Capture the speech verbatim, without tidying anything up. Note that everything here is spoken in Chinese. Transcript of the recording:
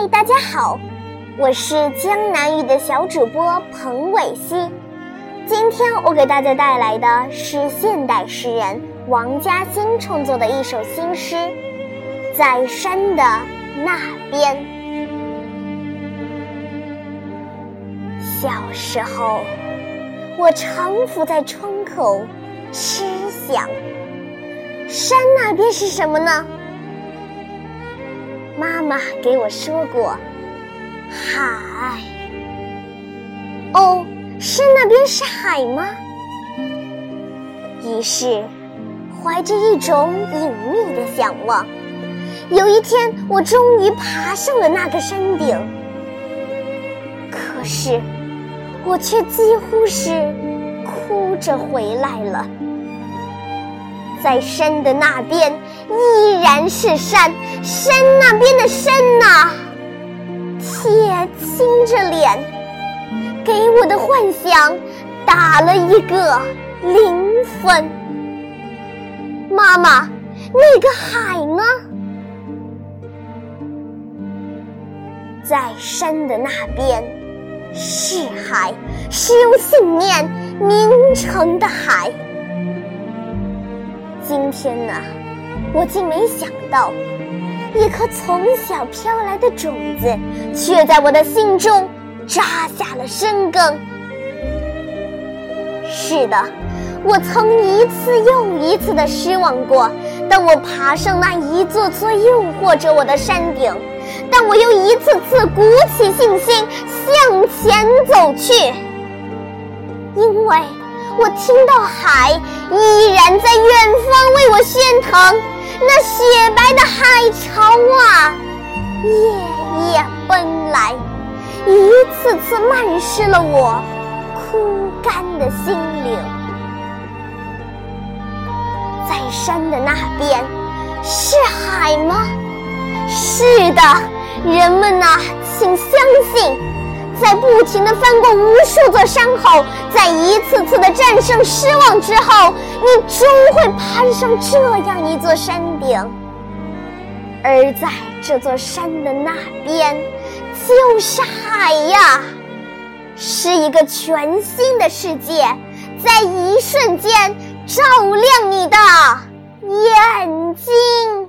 大家好，我是江南语的小主播彭伟希。今天我给大家带来的是现代诗人王嘉欣创作的一首新诗《在山的那边》。小时候，我常伏在窗口痴想，山那边是什么呢？妈妈给我说过，海。哦，山那边是海吗？于是，怀着一种隐秘的向往，有一天我终于爬上了那个山顶。可是，我却几乎是哭着回来了。在山的那边依然是山，山那边的山啊，铁青着脸，给我的幻想打了一个零分。妈妈，那个海呢？在山的那边是海，是用信念凝成的海。今天呢，我竟没想到，一颗从小飘来的种子，却在我的心中扎下了深根。是的，我曾一次又一次的失望过，当我爬上那一座座诱惑着我的山顶，但我又一次次鼓起信心向前走去，因为我听到海依然在远方为我喧腾，那雪白的海潮啊，夜夜奔来，一次次漫湿了我枯干的心灵。在山的那边是海吗？是的，人们啊，请相信，在不停地翻过无数座山后，在一次次的战胜失望之后，你终会攀上这样一座山顶。而在这座山的那边就是海呀，是一个全新的世界，在一瞬间照亮你的眼睛。